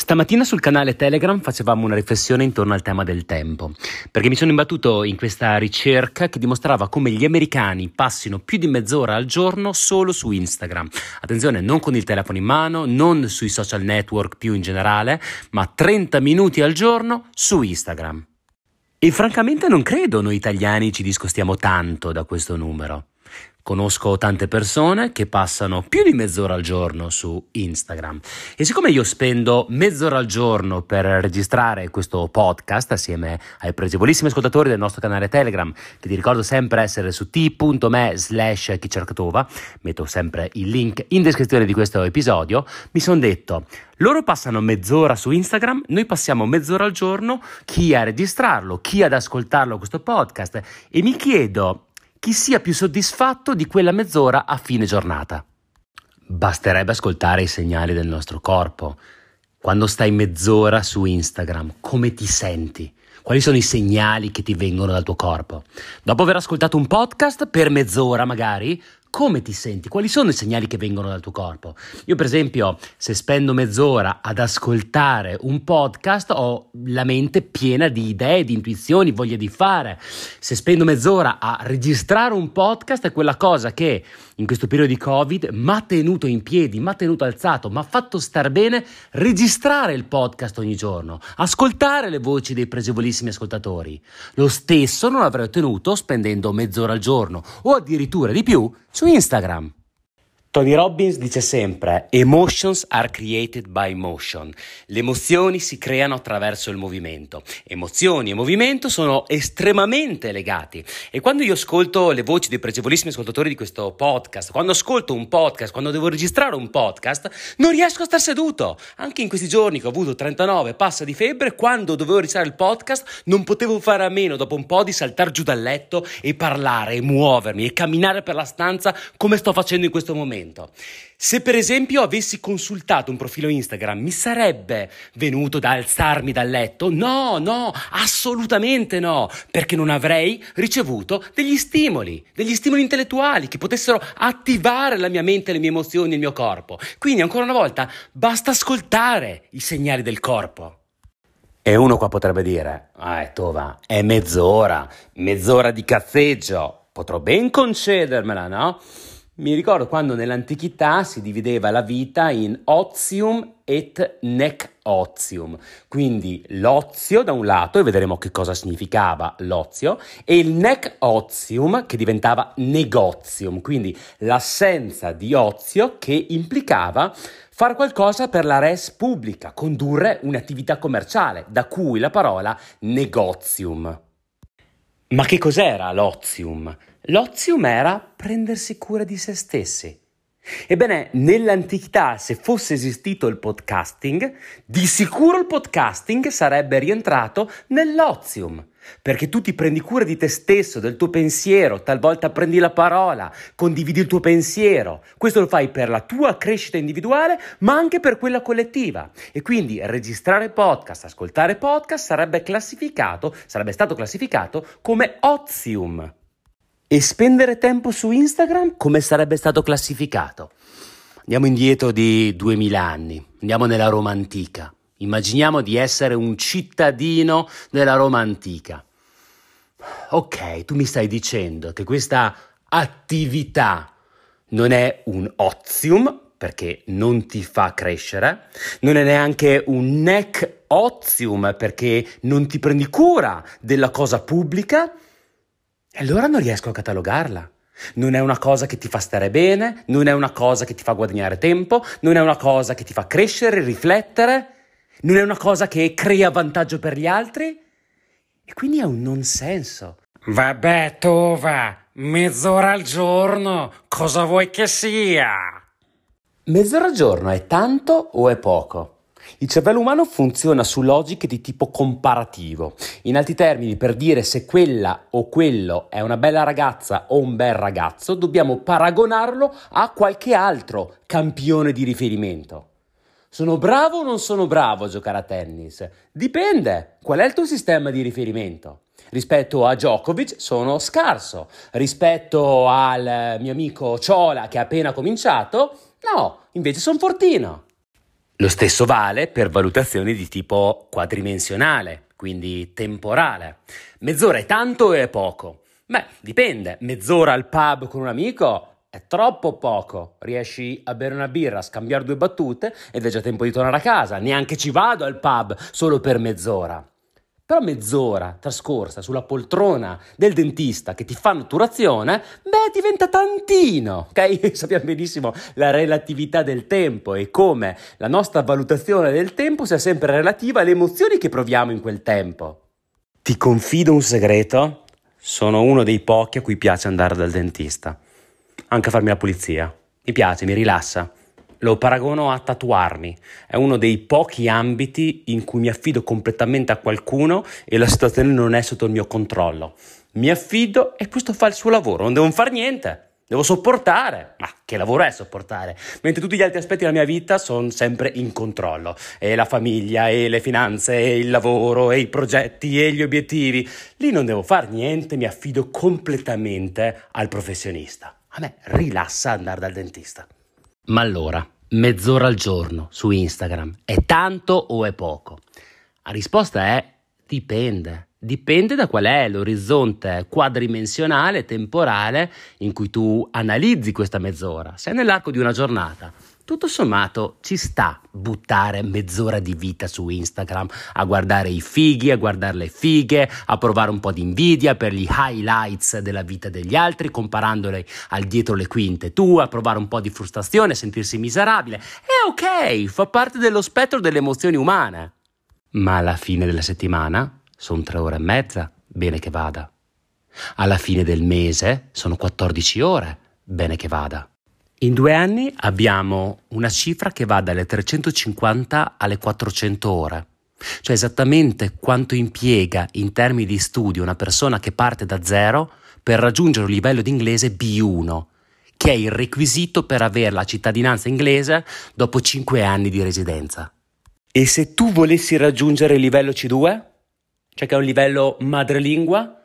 Stamattina sul canale Telegram facevamo una riflessione intorno al tema del tempo, perché mi sono imbattuto in questa ricerca che dimostrava come gli americani passino più di mezz'ora al giorno solo su Instagram. Attenzione, non con il telefono in mano, non sui social network più in generale, ma 30 minuti al giorno su Instagram. E francamente non credo noi italiani ci discostiamo tanto da questo numero. Conosco tante persone che passano più di mezz'ora al giorno su Instagram e siccome io spendo mezz'ora al giorno per registrare questo podcast assieme ai pregevolissimi ascoltatori del nostro canale Telegram, che ti ricordo sempre essere su t.me/chicercatova, metto sempre il link in descrizione di questo episodio, mi sono detto, loro passano mezz'ora su Instagram, noi passiamo mezz'ora al giorno, chi a registrarlo, chi ad ascoltarlo questo podcast, e mi chiedo chi sia più soddisfatto di quella mezz'ora a fine giornata. Basterebbe ascoltare i segnali del nostro corpo. Quando stai mezz'ora su Instagram, come ti senti? Quali sono i segnali che ti vengono dal tuo corpo? Dopo aver ascoltato un podcast per mezz'ora magari, come ti senti? Quali sono i segnali che vengono dal tuo corpo? Io per esempio, se spendo mezz'ora ad ascoltare un podcast, ho la mente piena di idee, di intuizioni, voglia di fare. Se spendo mezz'ora a registrare un podcast, è quella cosa che in questo periodo di Covid mi ha tenuto in piedi, mi ha tenuto alzato, mi ha fatto star bene registrare il podcast ogni giorno, ascoltare le voci dei pregevolissimi ascoltatori. Lo stesso non avrei ottenuto spendendo mezz'ora al giorno o addirittura di più su Instagram. Tony Robbins dice sempre: Emotions are created by motion. Le emozioni si creano attraverso il movimento. Emozioni e movimento sono estremamente legati. E quando io ascolto le voci dei pregevolissimi ascoltatori di questo podcast, quando ascolto un podcast, quando devo registrare un podcast, non riesco a star seduto. Anche in questi giorni che ho avuto 39 passa di febbre, quando dovevo registrare il podcast, non potevo fare a meno dopo un po' di saltare giù dal letto e parlare, e muovermi e camminare per la stanza come sto facendo in questo momento. Se per esempio avessi consultato un profilo Instagram, mi sarebbe venuto da alzarmi dal letto? No, assolutamente no, perché non avrei ricevuto degli stimoli intellettuali che potessero attivare la mia mente, le mie emozioni, il mio corpo. Quindi ancora una volta basta ascoltare i segnali del corpo. E uno qua potrebbe dire, Tova, è mezz'ora di cazzeggio, potrò ben concedermela, no? Mi ricordo quando nell'antichità si divideva la vita in otium et necotium, quindi l'ozio da un lato, e vedremo che cosa significava l'ozio, e il necotium che diventava negotium, quindi l'assenza di ozio che implicava fare qualcosa per la res pubblica, condurre un'attività commerciale, da cui la parola negotium. Ma che cos'era l'ozium? L'ozium era prendersi cura di se stessi. Ebbene, nell'antichità, se fosse esistito il podcasting, di sicuro il podcasting sarebbe rientrato nell'ozium, perché tu ti prendi cura di te stesso, del tuo pensiero, talvolta prendi la parola, condividi il tuo pensiero. Questo lo fai per la tua crescita individuale, ma anche per quella collettiva. E quindi registrare podcast, ascoltare podcast sarebbe stato classificato come ozium. E spendere tempo su Instagram come sarebbe stato classificato? Andiamo indietro di 2000 anni, andiamo nella Roma antica. Immaginiamo di essere un cittadino della Roma antica. Ok, tu mi stai dicendo che questa attività non è un ozium, perché non ti fa crescere, non è neanche un necotium, perché non ti prendi cura della cosa pubblica, e allora non riesco a catalogarla. Non è una cosa che ti fa stare bene, non è una cosa che ti fa guadagnare tempo, non è una cosa che ti fa crescere, riflettere, non è una cosa che crea vantaggio per gli altri, e quindi è un non senso. Vabbè, Tova, mezz'ora al giorno, cosa vuoi che sia? Mezz'ora al giorno è tanto o è poco? Il cervello umano funziona su logiche di tipo comparativo. In altri termini, per dire se quella o quello è una bella ragazza o un bel ragazzo, dobbiamo paragonarlo a qualche altro campione di riferimento. Sono bravo o non sono bravo a giocare a tennis? Dipende. Qual è il tuo sistema di riferimento? Rispetto a Djokovic sono scarso. Rispetto al mio amico Ciola che ha appena cominciato, no, invece sono fortino. Lo stesso vale per valutazioni di tipo quadrimensionale, quindi temporale. Mezz'ora è tanto o è poco? Beh, dipende. Mezz'ora al pub con un amico è troppo poco. Riesci a bere una birra, a scambiare 2 battute ed è già tempo di tornare a casa. Neanche ci vado al pub solo per mezz'ora. Però mezz'ora trascorsa sulla poltrona del dentista che ti fa un'otturazione, beh, diventa tantino, ok? Sappiamo benissimo la relatività del tempo e come la nostra valutazione del tempo sia sempre relativa alle emozioni che proviamo in quel tempo. Ti confido un segreto? Sono uno dei pochi a cui piace andare dal dentista. Anche a farmi la pulizia. Mi piace, mi rilassa. Lo paragono a tatuarmi. È uno dei pochi ambiti in cui mi affido completamente a qualcuno e la situazione non è sotto il mio controllo. Mi affido e questo fa il suo lavoro. Non devo fare niente. Devo sopportare. Ma che lavoro è sopportare? Mentre tutti gli altri aspetti della mia vita sono sempre in controllo. E la famiglia, e le finanze, e il lavoro, e i progetti, e gli obiettivi. Lì non devo fare niente, mi affido completamente al professionista. A me rilassa andare dal dentista. Ma allora, mezz'ora al giorno su Instagram è tanto o è poco? La risposta è dipende. Dipende da qual è l'orizzonte quadrimensionale, temporale in cui tu analizzi questa mezz'ora. Se è nell'arco di una giornata, tutto sommato ci sta buttare mezz'ora di vita su Instagram a guardare i fighi, a guardare le fighe, a provare un po' di invidia per gli highlights della vita degli altri, comparandole al dietro le quinte tu, a provare un po' di frustrazione, a sentirsi miserabile. È ok, fa parte dello spettro delle emozioni umane. Ma alla fine della settimana sono 3 ore e mezza, bene che vada. Alla fine del mese sono 14 ore, bene che vada. In 2 anni abbiamo una cifra che va dalle 350 alle 400 ore, cioè esattamente quanto impiega in termini di studio una persona che parte da zero per raggiungere un livello di inglese B1, che è il requisito per avere la cittadinanza inglese dopo 5 anni di residenza. E se tu volessi raggiungere il livello C2, cioè che è un livello madrelingua,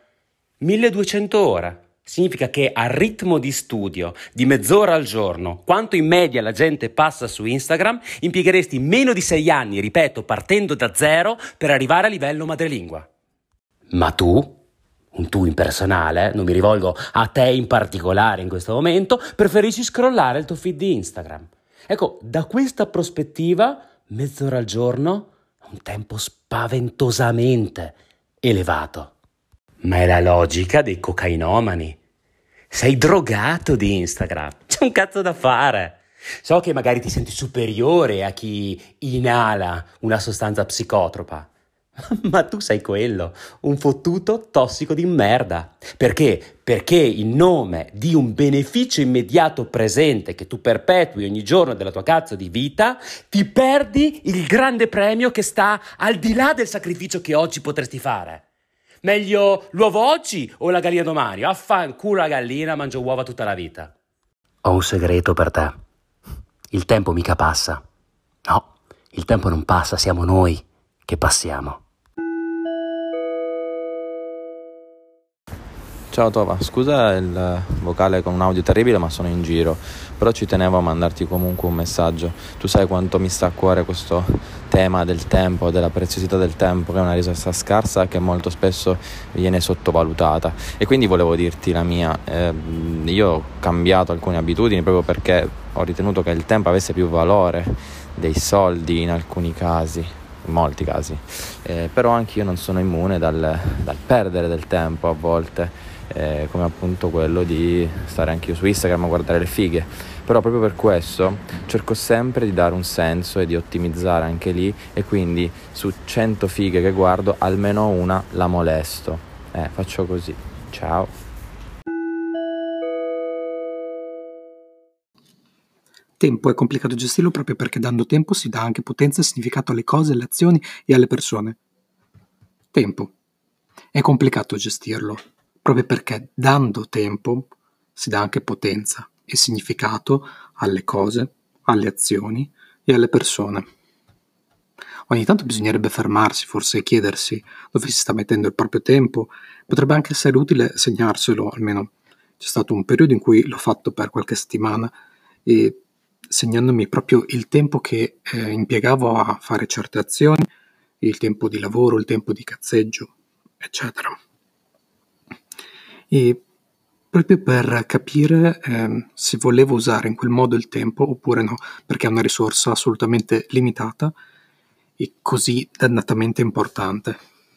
1200 ore. Significa che a ritmo di studio di mezz'ora al giorno, quanto in media la gente passa su Instagram, impiegheresti meno di 6 anni, ripeto, partendo da zero per arrivare a livello madrelingua. Ma tu, un tu impersonale, non mi rivolgo a te in particolare in questo momento, preferisci scrollare il tuo feed di Instagram. Ecco, da questa prospettiva, mezz'ora al giorno è un tempo spaventosamente elevato. Ma è la logica dei cocainomani. Sei drogato di Instagram. C'è un cazzo da fare. So che magari ti senti superiore a chi inala una sostanza psicotropa. Ma tu sei quello, un fottuto tossico di merda. Perché? Perché in nome di un beneficio immediato presente che tu perpetui ogni giorno della tua cazzo di vita, ti perdi il grande premio che sta al di là del sacrificio che oggi potresti fare. Meglio l'uovo oggi o la gallina domani? Affanculo la gallina, mangio uova tutta la vita. Ho un segreto per te. Il tempo mica passa. No, il tempo non passa, siamo noi che passiamo. Ciao Tova, scusa il vocale con un audio terribile ma sono in giro, però ci tenevo a mandarti comunque un messaggio. Tu sai quanto mi sta a cuore questo tema del tempo, della preziosità del tempo, che è una risorsa scarsa che molto spesso viene sottovalutata, e quindi volevo dirti la mia. Io ho cambiato alcune abitudini proprio perché ho ritenuto che il tempo avesse più valore dei soldi in alcuni casi, in molti casi, però anche io non sono immune dal perdere del tempo a volte, come appunto quello di stare anch'io su Instagram a guardare le fighe. Però proprio per questo cerco sempre di dare un senso e di ottimizzare anche lì, e quindi su 100 fighe che guardo almeno una la molesto. Faccio così. Ciao. Tempo è complicato gestirlo proprio perché dando tempo si dà anche potenza e significato alle cose, alle azioni e alle persone. Tempo. È complicato gestirlo proprio perché dando tempo si dà anche potenza e significato alle cose, alle azioni e alle persone. Ogni tanto bisognerebbe fermarsi, forse chiedersi dove si sta mettendo il proprio tempo. Potrebbe anche essere utile segnarselo, almeno c'è stato un periodo in cui l'ho fatto per qualche settimana, e segnandomi proprio il tempo che impiegavo a fare certe azioni, il tempo di lavoro, il tempo di cazzeggio, eccetera. E proprio per capire se volevo usare in quel modo il tempo oppure no, perché è una risorsa assolutamente limitata e così dannatamente importante.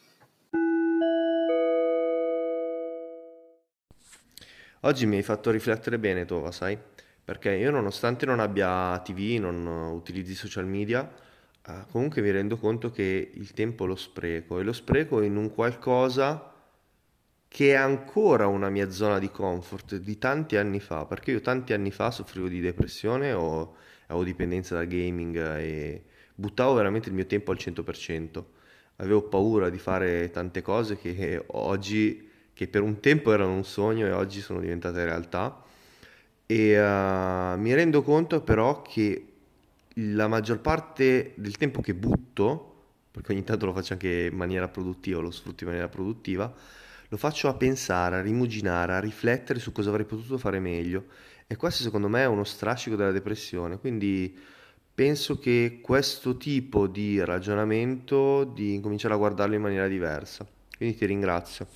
Oggi mi hai fatto riflettere bene, Tova, sai? Perché io nonostante non abbia TV, non utilizzi social media, comunque mi rendo conto che il tempo lo spreco e lo spreco in un qualcosa che è ancora una mia zona di comfort di tanti anni fa, perché io tanti anni fa soffrivo di depressione o avevo dipendenza dal gaming e buttavo veramente il mio tempo al 100%. Avevo paura di fare tante cose che oggi, che per un tempo erano un sogno e oggi sono diventate realtà. E mi rendo conto però che la maggior parte del tempo che butto, perché ogni tanto lo faccio anche in maniera produttiva, lo sfrutto in maniera produttiva, lo faccio a pensare, a rimuginare, a riflettere su cosa avrei potuto fare meglio. E questo secondo me è uno strascico della depressione. Quindi penso che questo tipo di ragionamento di incominciare a guardarlo in maniera diversa. Quindi ti ringrazio.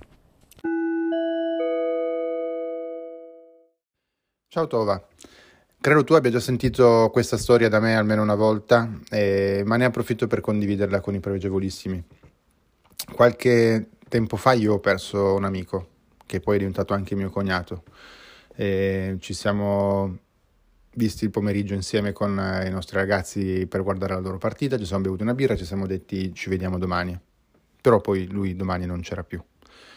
Ciao Tova, credo tu abbia già sentito questa storia da me almeno una volta, ma ne approfitto per condividerla con i pregevolissimi. Qualche tempo fa io ho perso un amico, che poi è diventato anche mio cognato. Ci siamo visti il pomeriggio insieme con i nostri ragazzi per guardare la loro partita, ci siamo bevuti una birra, ci siamo detti ci vediamo domani. Però poi lui domani non c'era più.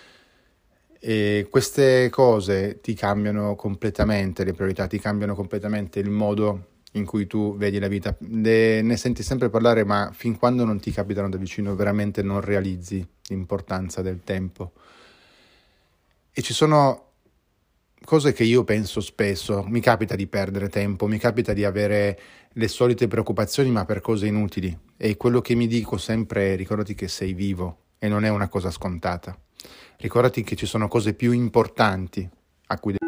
E queste cose ti cambiano completamente le priorità, ti cambiano completamente il modo in cui tu vedi la vita. Ne senti sempre parlare, ma fin quando non ti capitano da vicino veramente non realizzi l'importanza del tempo. E ci sono cose che io penso spesso, mi capita di perdere tempo, mi capita di avere le solite preoccupazioni ma per cose inutili. E quello che mi dico sempre è ricordati che sei vivo e non è una cosa scontata. Ricordati che ci sono cose più importanti a cui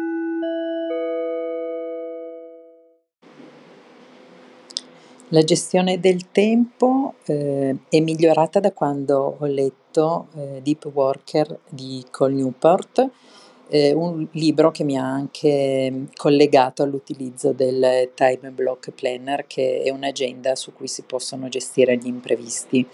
La gestione del tempo è migliorata da quando ho letto Deep Worker di Cal Newport, un libro che mi ha anche collegato all'utilizzo del Time Block Planner, che è un'agenda su cui si possono gestire gli imprevisti.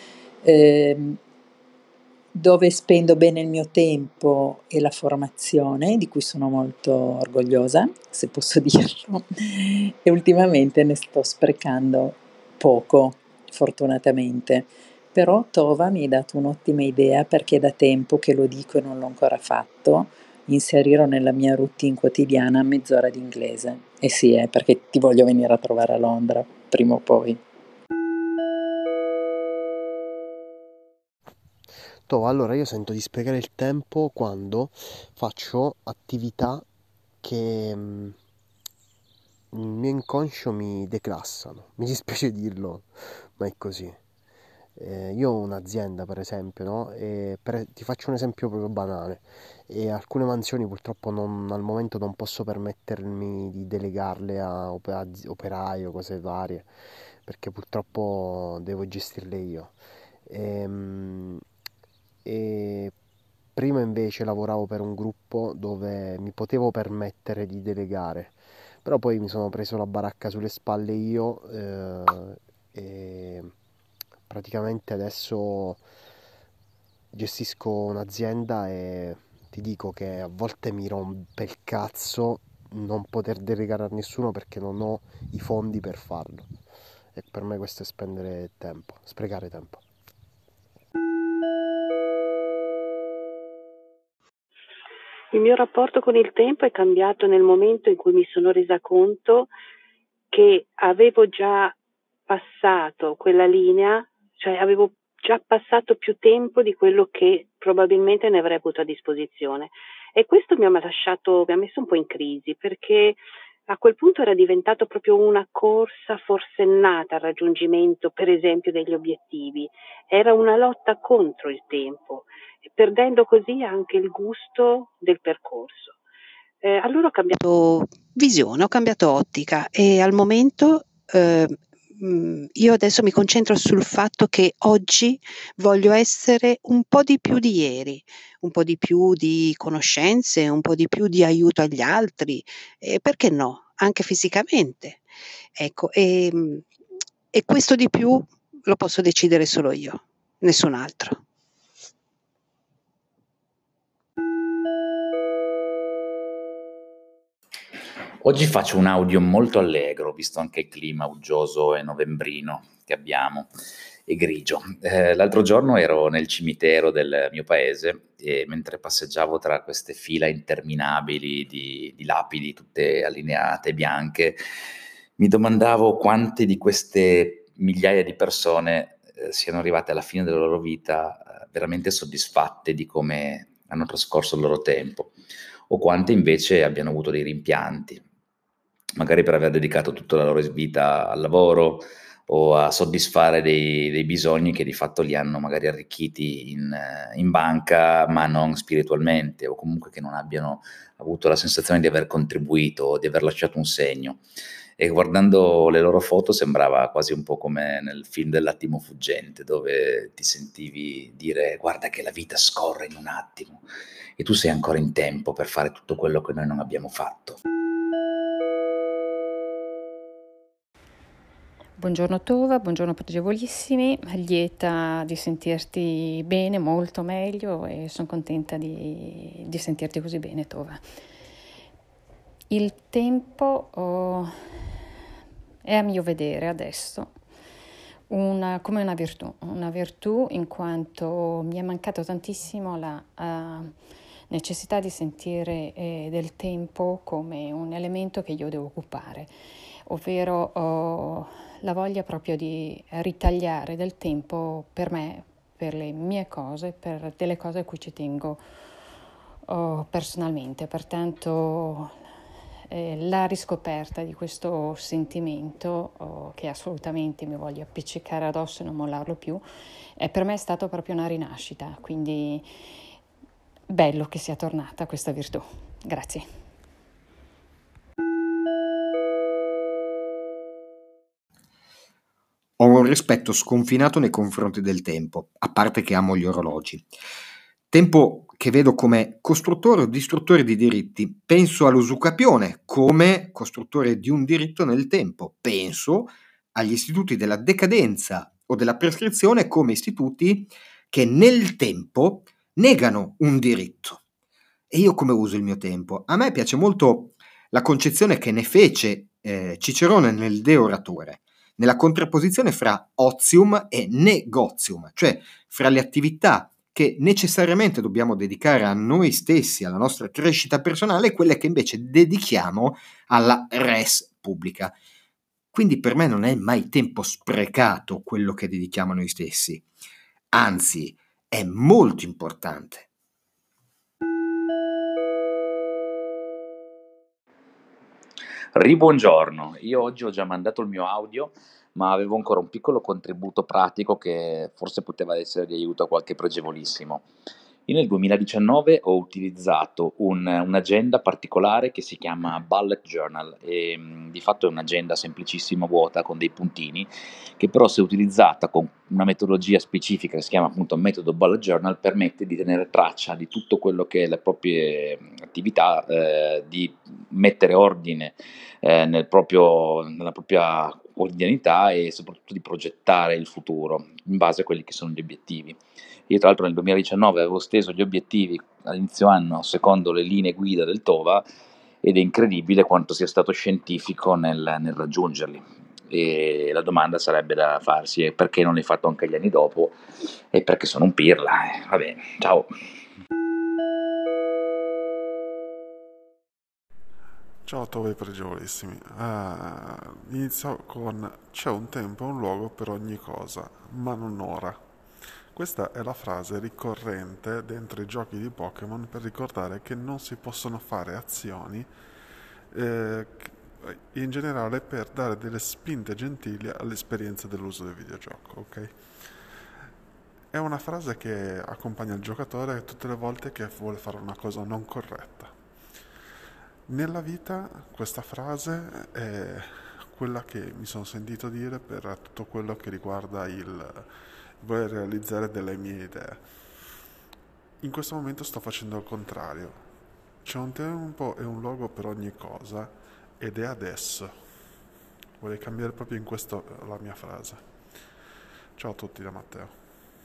Dove spendo bene il mio tempo e la formazione, di cui sono molto orgogliosa, se posso dirlo, e ultimamente ne sto sprecando poco, fortunatamente. Però Tova mi hai dato un'ottima idea perché è da tempo che lo dico e non l'ho ancora fatto, inserirò nella mia routine quotidiana mezz'ora di inglese. E sì, perché ti voglio venire a trovare a Londra, prima o poi. Allora io sento di sprecare il tempo quando faccio attività che il mio inconscio mi declassano. Mi dispiace dirlo, ma è così. Io ho un'azienda per esempio, no? Ti faccio un esempio proprio banale. E alcune mansioni purtroppo al momento non posso permettermi di delegarle a operai o cose varie, perché purtroppo devo gestirle io. E prima invece lavoravo per un gruppo dove mi potevo permettere di delegare, però poi mi sono preso la baracca sulle spalle io e praticamente adesso gestisco un'azienda e ti dico che a volte mi rompe il cazzo non poter delegare a nessuno perché non ho i fondi per farlo, e per me questo è spendere tempo, sprecare tempo. Il mio rapporto con il tempo è cambiato nel momento in cui mi sono resa conto che avevo già passato quella linea, cioè avevo già passato più tempo di quello che probabilmente ne avrei avuto a disposizione. E questo mi ha messo un po' in crisi, perché a quel punto era diventato proprio una corsa forsennata al raggiungimento, per esempio, degli obiettivi. Era una lotta contro il tempo, perdendo così anche il gusto del percorso. allora ho cambiato visione, ho cambiato ottica e al momento io adesso mi concentro sul fatto che oggi voglio essere un po' di più di ieri, un po' di più di conoscenze, un po' di più di aiuto agli altri e perché no, anche fisicamente. Ecco, e questo di più lo posso decidere solo io, nessun altro. Oggi faccio un audio molto allegro, visto anche il clima uggioso e novembrino che abbiamo, e grigio. L'altro giorno ero nel cimitero del mio paese e mentre passeggiavo tra queste fila interminabili di lapidi, tutte allineate, bianche, mi domandavo quante di queste migliaia di persone siano arrivate alla fine della loro vita veramente soddisfatte di come hanno trascorso il loro tempo, o quante invece abbiano avuto dei rimpianti, magari per aver dedicato tutta la loro vita al lavoro o a soddisfare dei bisogni che di fatto li hanno magari arricchiti in banca, ma non spiritualmente, o comunque che non abbiano avuto la sensazione di aver contribuito o di aver lasciato un segno. E guardando le loro foto sembrava quasi un po' come nel film dell'attimo fuggente, dove ti sentivi dire: guarda che la vita scorre in un attimo e tu sei ancora in tempo per fare tutto quello che noi non abbiamo fatto. Buongiorno Tova, buongiorno pregevolissimi, lieta di sentirti bene, molto meglio, e sono contenta di sentirti così bene, Tova. Il tempo è a mio vedere adesso come una virtù in quanto mi è mancato tantissimo la necessità di sentire del tempo come un elemento che io devo occupare, ovvero la voglia proprio di ritagliare del tempo per me, per le mie cose, per delle cose a cui ci tengo personalmente. Pertanto la riscoperta di questo sentimento che assolutamente mi voglio appiccicare addosso e non mollarlo più, per me è stato proprio una rinascita, quindi bello che sia tornata questa virtù. Grazie. Ho un rispetto sconfinato nei confronti del tempo, a parte che amo gli orologi. Tempo che vedo come costruttore o distruttore di diritti. Penso all'usucapione come costruttore di un diritto nel tempo. Penso agli istituti della decadenza o della prescrizione come istituti che nel tempo negano un diritto. E io come uso il mio tempo? A me piace molto la concezione che ne fece Cicerone nel De Oratore, nella contrapposizione fra otium e negotium, cioè fra le attività che necessariamente dobbiamo dedicare a noi stessi, alla nostra crescita personale, e quelle che invece dedichiamo alla res pubblica. Quindi per me non è mai tempo sprecato quello che dedichiamo a noi stessi, anzi è molto importante. Ribuongiorno, io oggi ho già mandato il mio audio, ma avevo ancora un piccolo contributo pratico che forse poteva essere di aiuto a qualche pregevolissimo. Io nel 2019 ho utilizzato un'agenda particolare che si chiama Bullet Journal e di fatto è un'agenda semplicissima, vuota, con dei puntini, che però se utilizzata con una metodologia specifica che si chiama appunto metodo Bullet Journal permette di tenere traccia di tutto quello che è le proprie attività, di mettere ordine nella propria quotidianità e soprattutto di progettare il futuro in base a quelli che sono gli obiettivi. Io tra l'altro nel 2019 avevo steso gli obiettivi all'inizio anno secondo le linee guida del TOVA ed è incredibile quanto sia stato scientifico nel raggiungerli. E la domanda sarebbe da farsi: è perché non l'hai fatto anche gli anni dopo? E perché sono un pirla. Va bene, ciao. Ciao a tutti pregevolissimi. Inizio con: c'è un tempo e un luogo per ogni cosa, ma non ora. Questa è la frase ricorrente dentro i giochi di Pokémon per ricordare che non si possono fare azioni in generale per dare delle spinte gentili all'esperienza dell'uso del videogioco, ok? È una frase che accompagna il giocatore tutte le volte che vuole fare una cosa non corretta. Nella vita questa frase è quella che mi sono sentito dire per tutto quello che riguarda il voler realizzare delle mie idee. In questo momento sto facendo il contrario. C'è un tempo e un luogo per ogni cosa ed è adesso. Vorrei cambiare proprio in questo la mia frase. Ciao a tutti da Matteo.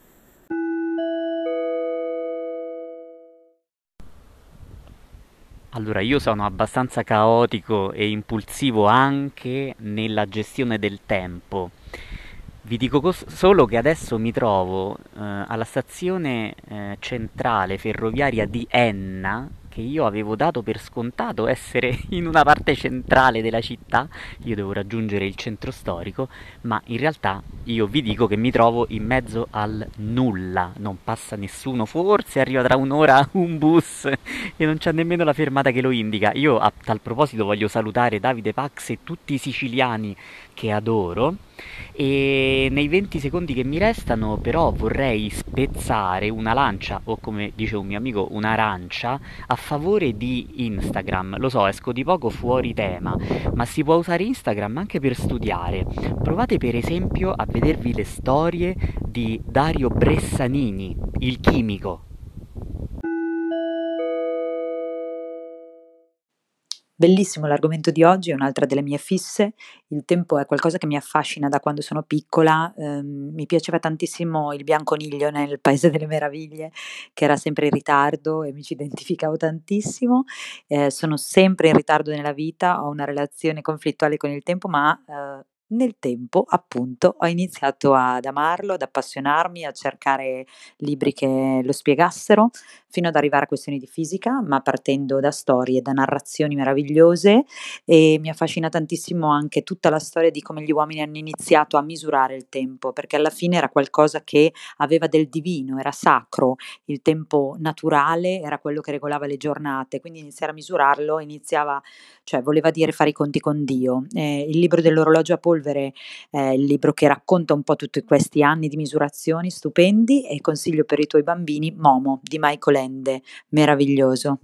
Allora, io sono abbastanza caotico e impulsivo anche nella gestione del tempo. Vi dico solo che adesso mi trovo alla stazione centrale ferroviaria di Enna, che io avevo dato per scontato essere in una parte centrale della città. Io devo raggiungere il centro storico, ma in realtà io vi dico che mi trovo in mezzo al nulla, non passa nessuno, forse arriva tra un'ora un bus e non c'è nemmeno la fermata che lo indica. Io a tal proposito voglio salutare Davide Pax e tutti i siciliani che adoro, e nei 20 secondi che mi restano però vorrei spezzare una lancia, o come dice un mio amico un'arancia, a favore di Instagram. Lo so, esco di poco fuori tema, ma si può usare Instagram anche per studiare. Provate per esempio a vedervi le storie di Dario Bressanini, il chimico. Bellissimo l'argomento di oggi, è un'altra delle mie fisse. Il tempo è qualcosa che mi affascina da quando sono piccola. Mi piaceva tantissimo il bianconiglio nel Paese delle Meraviglie, che era sempre in ritardo e mi ci identificavo tantissimo. Sono sempre in ritardo nella vita, ho una relazione conflittuale con il tempo, ma nel tempo, appunto, ho iniziato ad amarlo, ad appassionarmi, a cercare libri che lo spiegassero, fino ad arrivare a questioni di fisica, ma partendo da storie, da narrazioni meravigliose, e mi affascina tantissimo anche tutta la storia di come gli uomini hanno iniziato a misurare il tempo, perché alla fine era qualcosa che aveva del divino, era sacro, il tempo naturale era quello che regolava le giornate, quindi iniziare a misurarlo voleva dire fare i conti con Dio. Il libro dell'orologio a polvere è il libro che racconta un po' tutti questi anni di misurazioni stupendi, e consiglio per i tuoi bambini Momo di Michael Ende, meraviglioso.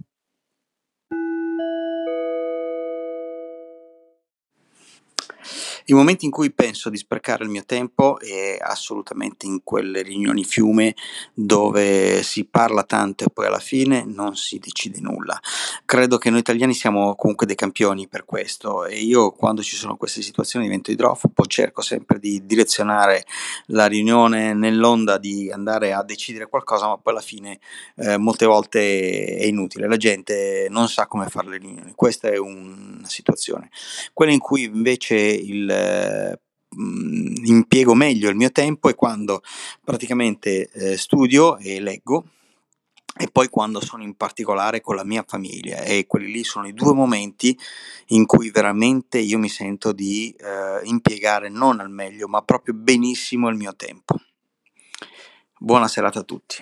I momenti in cui penso di sprecare il mio tempo è assolutamente in quelle riunioni fiume dove si parla tanto e poi alla fine non si decide nulla. Credo che noi italiani siamo comunque dei campioni per questo, e io quando ci sono queste situazioni divento idrofobo, cerco sempre di direzionare la riunione nell'onda di andare a decidere qualcosa, ma poi alla fine molte volte è inutile, la gente non sa come fare le riunioni. Questa è una situazione. Quella in cui invece impiego meglio il mio tempo è quando praticamente studio e leggo, e poi quando sono in particolare con la mia famiglia, e quelli lì sono i due momenti in cui veramente io mi sento di impiegare non al meglio ma proprio benissimo il mio tempo. Buona serata a tutti.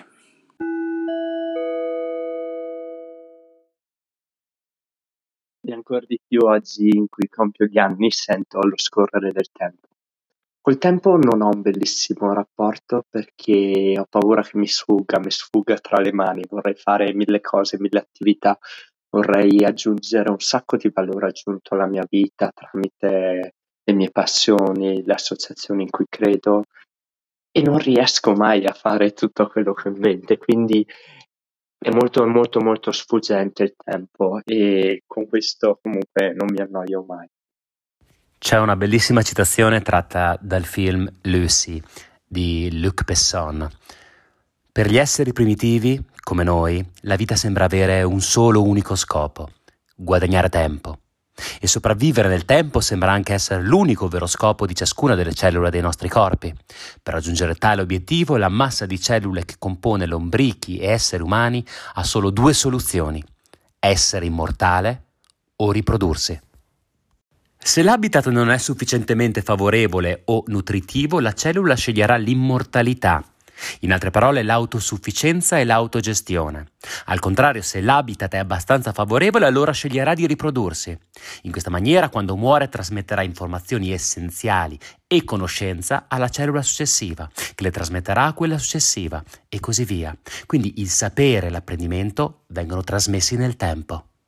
E ancora di più oggi in cui compio gli anni sento lo scorrere del tempo. Col tempo non ho un bellissimo rapporto perché ho paura che mi sfugga tra le mani, vorrei fare 1000 cose, 1000 attività, vorrei aggiungere un sacco di valore aggiunto alla mia vita tramite le mie passioni, le associazioni in cui credo, e non riesco mai a fare tutto quello che ho in mente, quindi è molto molto molto sfuggente il tempo, e con questo comunque non mi annoio mai. C'è una bellissima citazione tratta dal film Lucy di Luc Besson. Per gli esseri primitivi, come noi, la vita sembra avere un solo unico scopo: guadagnare tempo. E sopravvivere nel tempo sembra anche essere l'unico vero scopo di ciascuna delle cellule dei nostri corpi. Per raggiungere tale obiettivo, la massa di cellule che compone lombrichi e esseri umani ha solo due soluzioni: essere immortale o riprodursi. Se l'habitat non è sufficientemente favorevole o nutritivo, la cellula sceglierà l'immortalità. In altre parole, l'autosufficienza e l'autogestione. Al contrario, se l'habitat è abbastanza favorevole, allora sceglierà di riprodursi. In questa maniera, quando muore, trasmetterà informazioni essenziali e conoscenza alla cellula successiva, che le trasmetterà a quella successiva, e così via. Quindi il sapere e l'apprendimento vengono trasmessi nel tempo.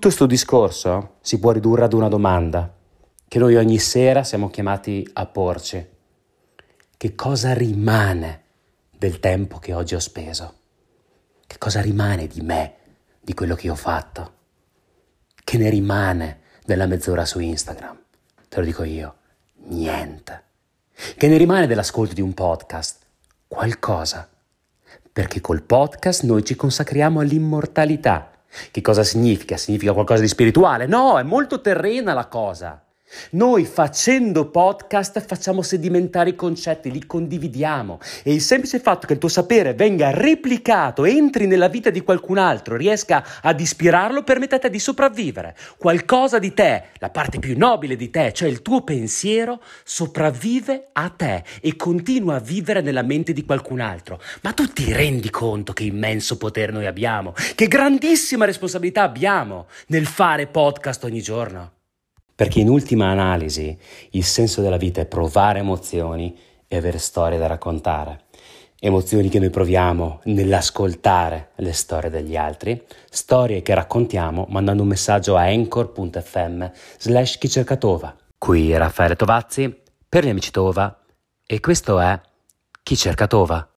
Tutto sto discorso si può ridurre ad una domanda che noi ogni sera siamo chiamati a porci. Che cosa rimane del tempo che oggi ho speso? Che cosa rimane di me, di quello che ho fatto? Che ne rimane della mezz'ora su Instagram? Te lo dico io, niente. Che ne rimane dell'ascolto di un podcast? Qualcosa. Perché col podcast noi ci consacriamo all'immortalità. Che cosa significa? Significa qualcosa di spirituale? No, è molto terrena la cosa. Noi facendo podcast facciamo sedimentare i concetti, li condividiamo e il semplice fatto che il tuo sapere venga replicato, entri nella vita di qualcun altro, riesca ad ispirarlo, permette a te di sopravvivere. Qualcosa di te, la parte più nobile di te, cioè il tuo pensiero, sopravvive a te e continua a vivere nella mente di qualcun altro. Ma tu ti rendi conto che immenso potere noi abbiamo, che grandissima responsabilità abbiamo nel fare podcast ogni giorno? Perché in ultima analisi il senso della vita è provare emozioni e avere storie da raccontare. Emozioni che noi proviamo nell'ascoltare le storie degli altri, storie che raccontiamo mandando un messaggio a anchor.fm/chicercatova. Qui è Raffaele Tovazzi per gli amici Tova e questo è Chi cerca Tova.